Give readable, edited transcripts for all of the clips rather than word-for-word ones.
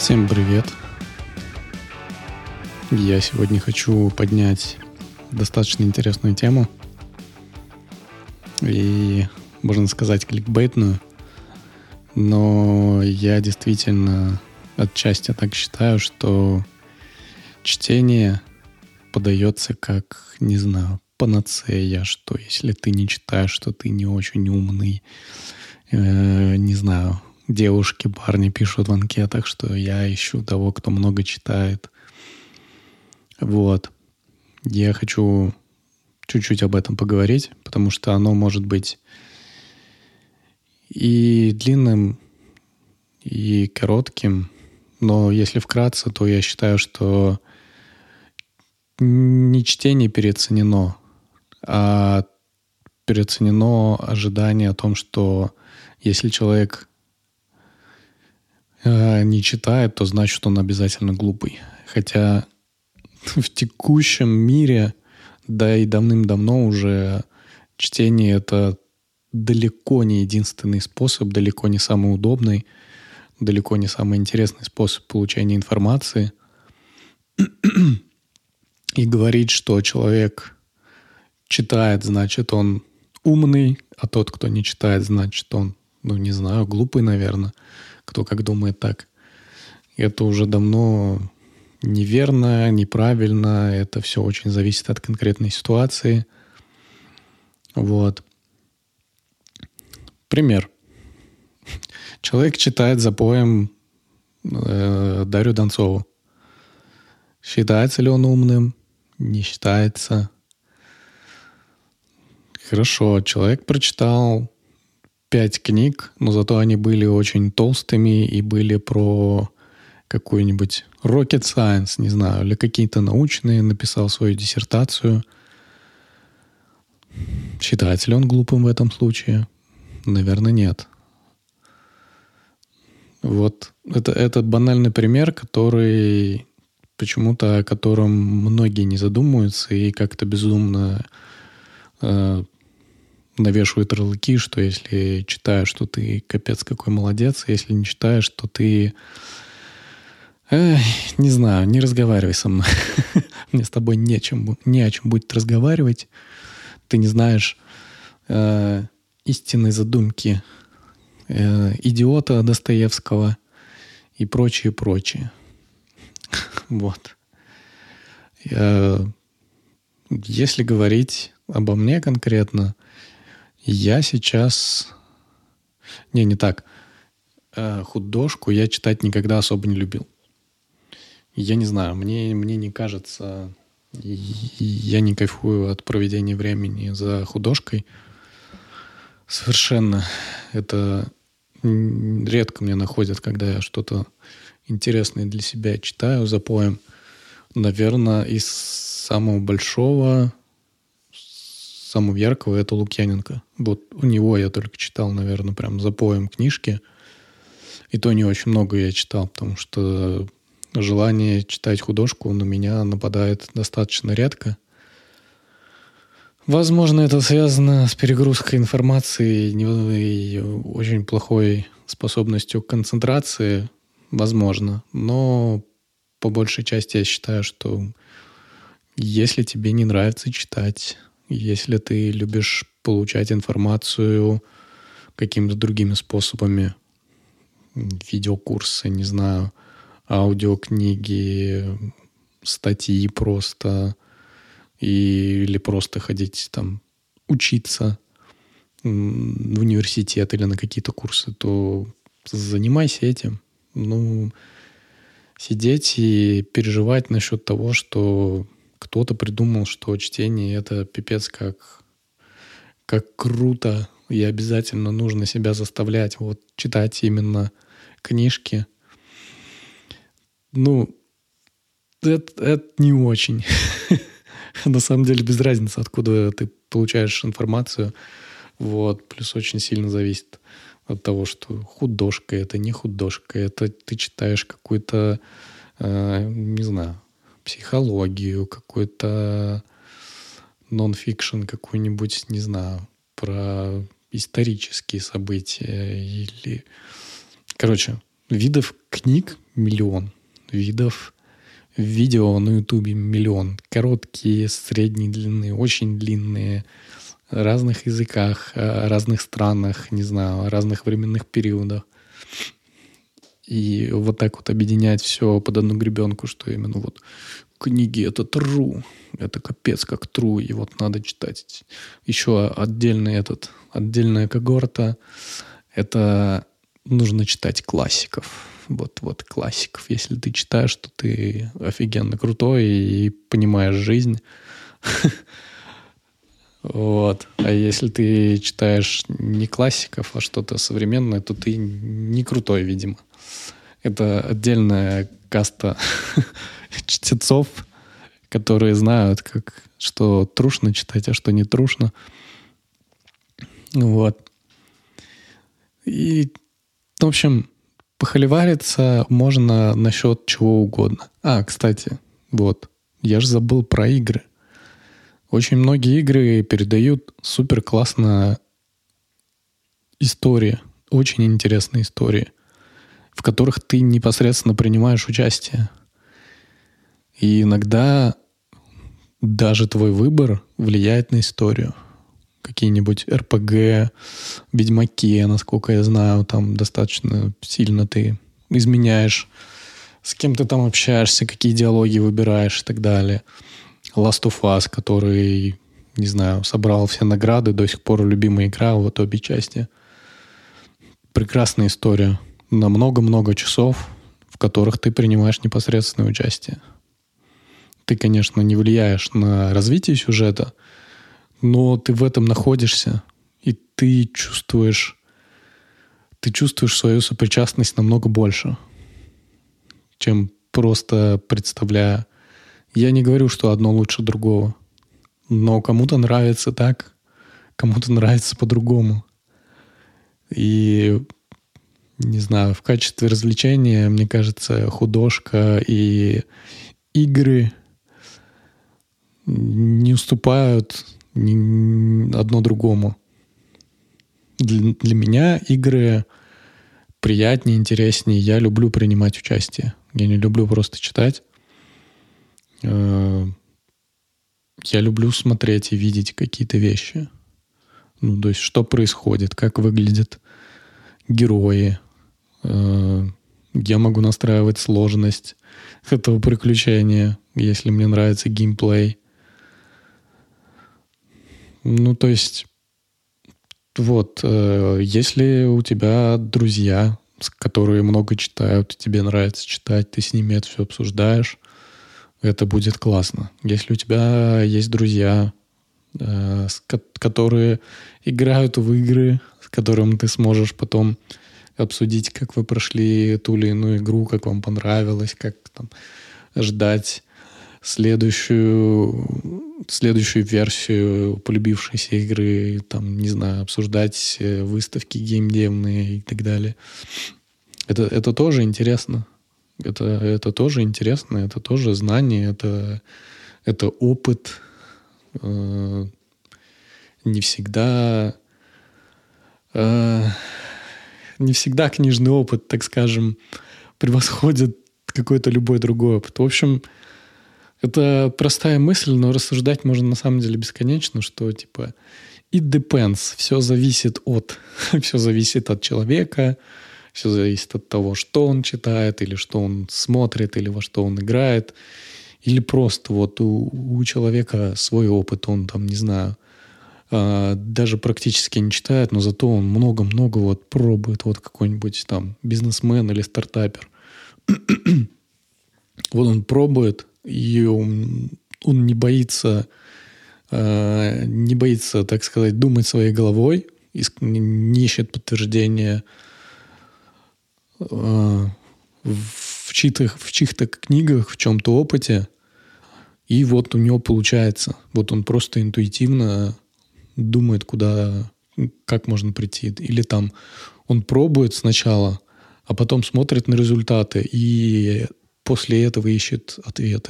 Всем привет! Я сегодня хочу поднять достаточно интересную тему и, можно сказать, кликбейтную, но я действительно отчасти так считаю, что чтение подается как, не знаю, панацея, что если ты не читаешь, что ты не очень умный, не знаю, девушки, парни пишут в анкетах, что я ищу того, кто много читает. Вот. Я хочу чуть-чуть об этом поговорить, потому что оно может быть и длинным, и коротким. Но если вкратце, то я считаю, что не чтение переоценено, а переоценено ожидание о том, что если человек не читает, то значит, он обязательно глупый. Хотя в текущем мире, да и давным-давно уже чтение — это далеко не единственный способ, далеко не самый удобный, далеко не самый интересный способ получения информации. И говорить, что человек читает, значит, он умный, а тот, кто не читает, значит, он, не знаю, глупый, наверное. Кто как думает так. Это уже давно неверно, неправильно. Это все очень зависит от конкретной ситуации. Вот. Пример. Человек читает за поем Дарью Донцову. Считается ли он умным? Не считается. Хорошо. Человек прочитал 5 книг, но зато они были очень толстыми и были про какой-нибудь rocket science, не знаю, или какие-то научные, написал свою диссертацию. Считается ли он глупым в этом случае? Наверное, нет. Вот это банальный пример, который почему-то, о котором многие не задумываются и как-то безумно навешивают ярлыки, что если читаешь, что ты капец какой молодец, а если не читаешь, то ты... не знаю, не разговаривай со мной. Мне с тобой не о чем будет разговаривать. Ты не знаешь истинной задумки идиота Достоевского и прочее, прочее. Вот. Если говорить обо мне конкретно, я сейчас... Не так. Художку я читать никогда особо не любил. Я не знаю, мне не кажется... Я не кайфую от проведения времени за художкой. Совершенно. Это редко мне находят, когда я что-то интересное для себя читаю за поем. Наверное, из самого большого, самого яркого — это Лукьяненко. Вот у него я только читал, наверное, прям за поем книжки. И то не очень много я читал, потому что желание читать художку на меня нападает достаточно редко. Возможно, это связано с перегрузкой информации и очень плохой способностью к концентрации. Возможно. Но по большей части я считаю, что если тебе не нравится читать, если ты любишь получать информацию какими-то другими способами, видеокурсы, не знаю, аудиокниги, статьи просто, или просто ходить там учиться в университет или на какие-то курсы, то занимайся этим. Сидеть и переживать насчет того, что кто-то придумал, что чтение — это пипец как круто, и обязательно нужно себя заставлять вот читать именно книжки. Это не очень. На самом деле без разницы, откуда ты получаешь информацию. Вот. Плюс очень сильно зависит от того, что художка — это не художка, это ты читаешь какую-то, не знаю, психологию, какой-то нон-фикшн какой-нибудь, не знаю, про исторические события или... Короче, Видов книг миллион. Видов видео на Ютубе миллион. Короткие, средней длины, очень длинные. О разных языках, о разных странах, не знаю, о разных временных периодах. И вот так вот объединять все под одну гребенку, что именно вот книги — это true, это капец как true, и вот надо читать. Еще отдельная когорта — это нужно читать классиков. Вот классиков. Если ты читаешь, то ты офигенно крутой и понимаешь жизнь. Вот. А если ты читаешь не классиков, а что-то современное, то ты не крутой, видимо. Это отдельная каста чтецов, которые знают, что трушно читать, а что не трушно. Вот. И, в общем, похоливариться можно насчет чего угодно. Кстати, вот, я же забыл про игры. Очень многие игры передают супер классно истории, очень интересные истории, в которых ты непосредственно принимаешь участие. И иногда даже твой выбор влияет на историю. Какие-нибудь РПГ, Ведьмаки, насколько я знаю, там достаточно сильно ты изменяешь, с кем ты там общаешься, какие диалоги выбираешь и так далее. Last of Us, который, не знаю, собрал все награды, до сих пор любимая игра, вот обе части. Прекрасная история на много-много часов, в которых ты принимаешь непосредственное участие. Ты, конечно, не влияешь на развитие сюжета, но ты в этом находишься, и ты чувствуешь свою сопричастность намного больше, чем просто представляя. Я не говорю, что одно лучше другого, но кому-то нравится так, кому-то нравится по-другому. И, не знаю, в качестве развлечения, мне кажется, художка и игры не уступают одно другому. Для меня игры приятнее, интереснее. Я люблю принимать участие. Я не люблю просто читать. Я люблю смотреть и видеть какие-то вещи. То есть, что происходит, как выглядят герои. Я могу настраивать сложность этого приключения, если мне нравится геймплей. То есть, вот, если у тебя друзья, которые много читают, тебе нравится читать, ты с ними это все обсуждаешь, это будет классно. Если у тебя есть друзья, которые играют в игры, с которыми ты сможешь потом обсудить, как вы прошли ту или иную игру, как вам понравилось, как там ждать следующую версию полюбившейся игры, там, не знаю, обсуждать выставки геймдевные и так далее. Это тоже интересно. Это тоже интересно, это тоже знание, это опыт. Не всегда книжный опыт, так скажем, превосходит какой-то любой другой опыт. В общем, это простая мысль, но рассуждать можно на самом деле бесконечно, что типа it depends, все зависит от человека, все зависит от того, что он читает, или что он смотрит, или во что он играет, или просто вот у человека свой опыт, он там, не знаю, даже практически не читает, но зато он много-много вот пробует, вот какой-нибудь там бизнесмен или стартапер. Вот он пробует, и он не боится, так сказать, думать своей головой, не ищет подтверждения в чьих-то книгах, в чем-то опыте, и вот у него получается. Вот он просто интуитивно думает, как можно прийти. Или там он пробует сначала, а потом смотрит на результаты и после этого ищет ответы.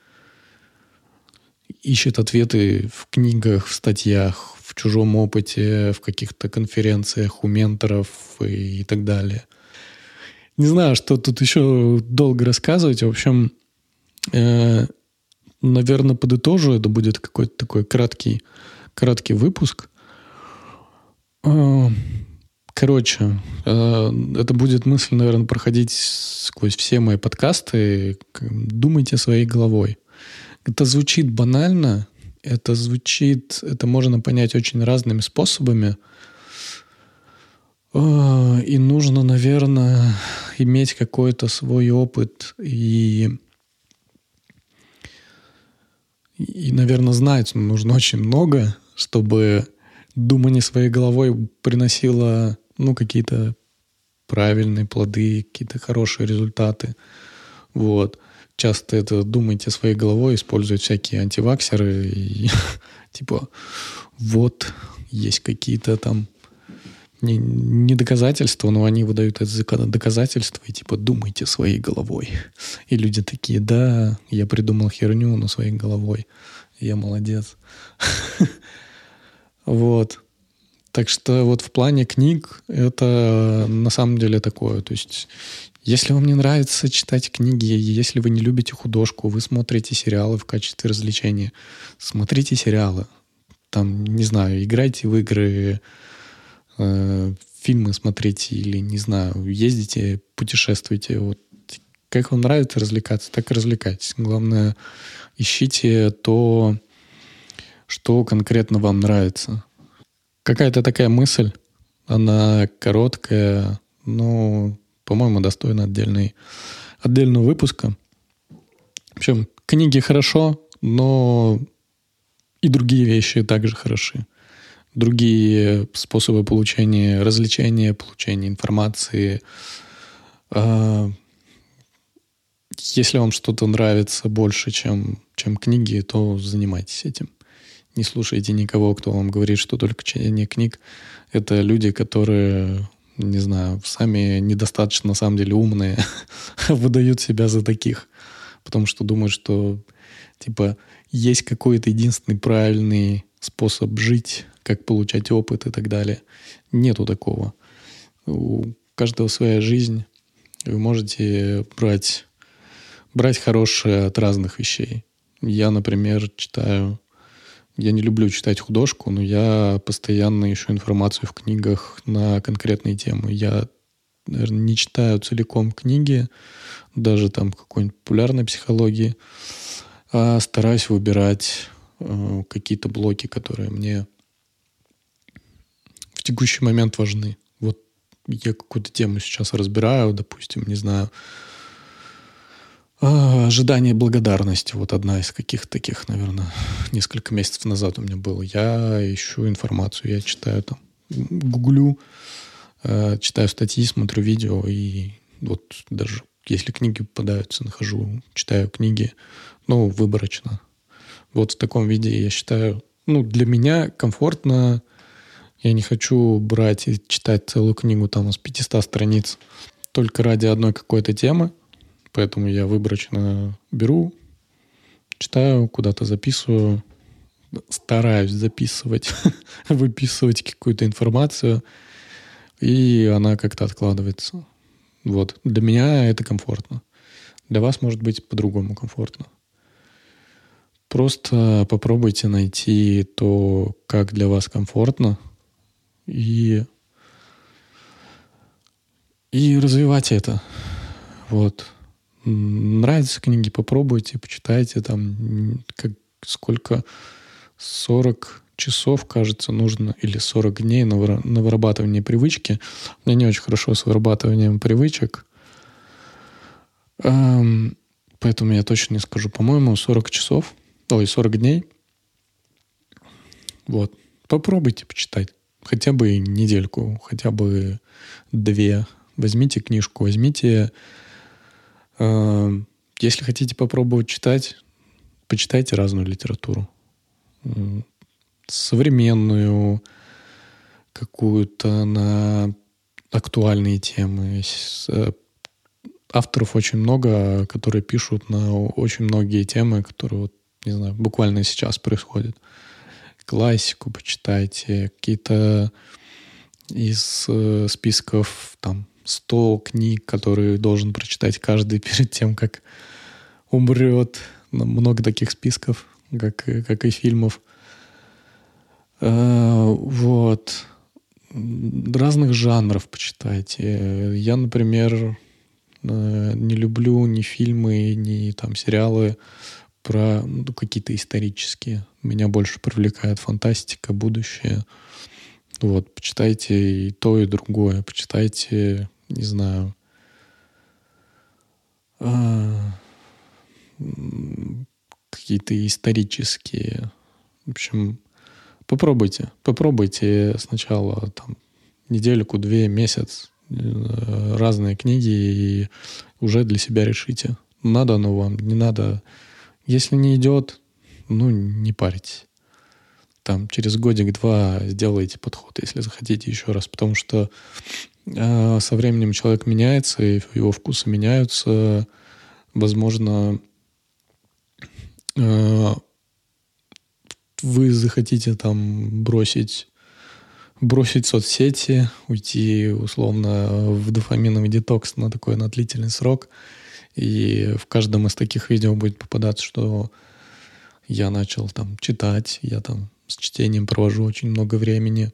Ищет ответы в книгах, в статьях, в чужом опыте, в каких-то конференциях у менторов и так далее. Не знаю, что тут еще долго рассказывать. В общем, наверное, подытожу. Это будет какой-то такой краткий выпуск. Короче, это будет мысль, наверное, проходить сквозь все мои подкасты. Думайте своей головой. Это звучит банально. Это можно понять очень разными способами. И нужно, наверное, иметь какой-то свой опыт и, наверное, знать нужно очень много, чтобы думание своей головой приносило, какие-то правильные плоды, какие-то хорошие результаты. Вот. Часто это думайте своей головой, используют всякие антиваксеры и типа вот есть какие-то там не доказательства, но они выдают это доказательства и типа думайте своей головой. И люди такие, да, я придумал херню, но своей головой. Я молодец. Вот. Так что вот в плане книг это на самом деле такое. То есть если вам не нравится читать книги, если вы не любите художку, вы смотрите сериалы в качестве развлечения, смотрите сериалы. Там, не знаю, играйте в игры, фильмы смотрите или, не знаю, ездите, путешествуйте. Вот как вам нравится развлекаться, так и развлекайтесь. Главное, ищите то, что конкретно вам нравится. Какая-то такая мысль, она короткая, но, по-моему, достойна отдельного выпуска. В общем, книги хорошо, но и другие вещи также хороши. Другие способы получения развлечения, получения информации. Если вам что-то нравится больше, чем книги, то занимайтесь этим. Не слушайте никого, кто вам говорит, что только чтение книг — это люди, которые, не знаю, сами недостаточно, на самом деле, умные, выдают себя за таких. Потому что думают, что, типа, есть какой-то единственный правильный способ жить, как получать опыт и так далее. Нету такого. У каждого своя жизнь. Вы можете брать хорошее от разных вещей. Я, например, я не люблю читать художку, но я постоянно ищу информацию в книгах на конкретные темы. Я, наверное, не читаю целиком книги, даже там какой-нибудь популярной психологии, а стараюсь выбирать какие-то блоки, которые мне в текущий момент важны. Вот я какую-то тему сейчас разбираю, допустим, не знаю, ожидание благодарности. Вот одна из каких-то таких, наверное, несколько месяцев назад у меня было. Я ищу информацию, я читаю там, гуглю, читаю статьи, смотрю видео, и вот даже если книги попадаются, читаю книги, выборочно. Вот в таком виде, я считаю, для меня комфортно. Я не хочу брать и читать целую книгу там из 500 страниц только ради одной какой-то темы. Поэтому я выборочно беру, читаю, куда-то записываю, стараюсь записывать, выписывать какую-то информацию, и она как-то откладывается. Вот. Для меня это комфортно. Для вас может быть по-другому комфортно. Просто попробуйте найти то, как для вас комфортно, и развивать это. Вот. Нравятся книги, попробуйте, почитайте. Там сколько? 40 часов, кажется, нужно, или 40 дней на вырабатывание привычки. У меня не очень хорошо с вырабатыванием привычек. Поэтому я точно не скажу. По-моему, 40 дней. Вот. Попробуйте почитать. Хотя бы недельку, хотя бы 2. Возьмите книжку, если хотите попробовать читать, почитайте разную литературу. Современную, какую-то на актуальные темы. Авторов очень много, которые пишут на очень многие темы, которые, не знаю, буквально сейчас происходят. Классику почитайте, какие-то из списков там 100 книг, которые должен прочитать каждый перед тем, как умрет. Много таких списков, как и фильмов. Вот. Разных жанров почитайте. Я, например, не люблю ни фильмы, ни там сериалы про какие-то исторические. Меня больше привлекает фантастика, будущее. Вот, почитайте и то, и другое. Почитайте, не знаю, какие-то исторические. В общем, попробуйте сначала там недельку, 2, месяц разные книги и уже для себя решите, надо оно вам, не надо. Если не идет, не парьтесь. Там через годик-два сделайте подход, если захотите еще раз, потому что со временем человек меняется, и его вкусы меняются. Возможно, вы захотите там бросить соцсети, уйти условно в дофаминовый детокс на длительный срок. И в каждом из таких видео будет попадаться, что я начал там читать, я там с чтением провожу очень много времени.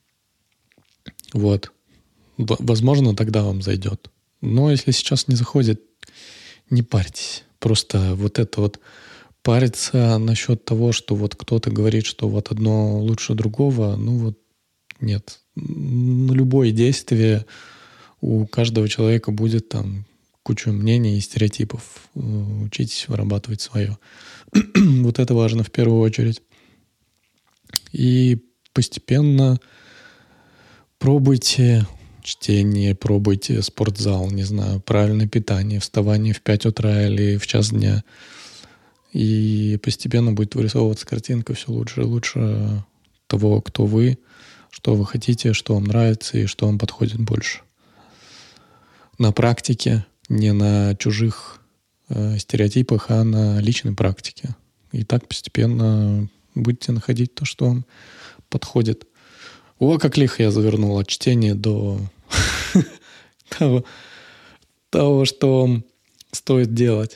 Вот. Возможно, тогда вам зайдет. Но если сейчас не заходит, не парьтесь. Просто париться насчет того, что кто-то говорит, что одно лучше другого, нет. Любое действие у каждого человека будет там кучу мнений и стереотипов. Учитесь вырабатывать свое. Это важно в первую очередь. И постепенно пробуйте чтение, пробуйте спортзал, не знаю, правильное питание, вставание в 5 утра или в час дня. И постепенно будет вырисовываться картинка все лучше и лучше того, кто вы, что вы хотите, что вам нравится и что вам подходит больше. На практике, не на чужих стереотипах, а на личной практике. И так постепенно будете находить то, что вам подходит. Как лихо я завернул от чтения до того, что вам стоит делать.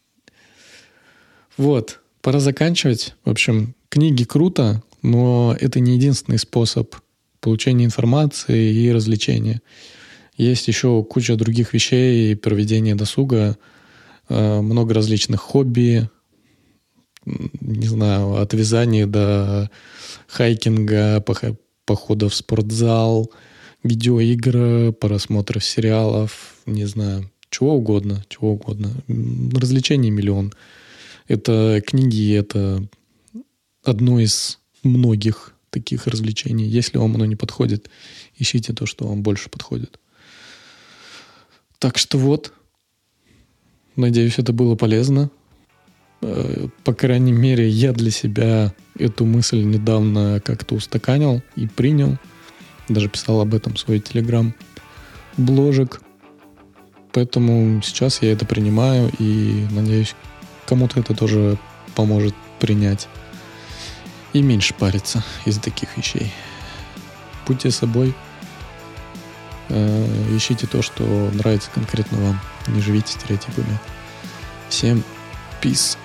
Пора заканчивать. В общем, книги круто, но это не единственный способ получения информации и развлечения. Есть еще куча других вещей, проведения досуга, много различных хобби, не знаю, от вязания до хайкинга, походов в спортзал, видеоигры, просмотров сериалов, не знаю, чего угодно. Развлечений миллион. Это книги, это одно из многих таких развлечений. Если вам оно не подходит, ищите то, что вам больше подходит. Так что надеюсь, это было полезно. По крайней мере, я для себя эту мысль недавно как-то устаканил и принял. Даже писал об этом в свой телеграм-бложек. Поэтому сейчас я это принимаю и надеюсь, кому-то это тоже поможет принять и меньше париться из таких вещей. Будьте собой, ищите то, что нравится конкретно вам, не живите стереотипами. Всем peace.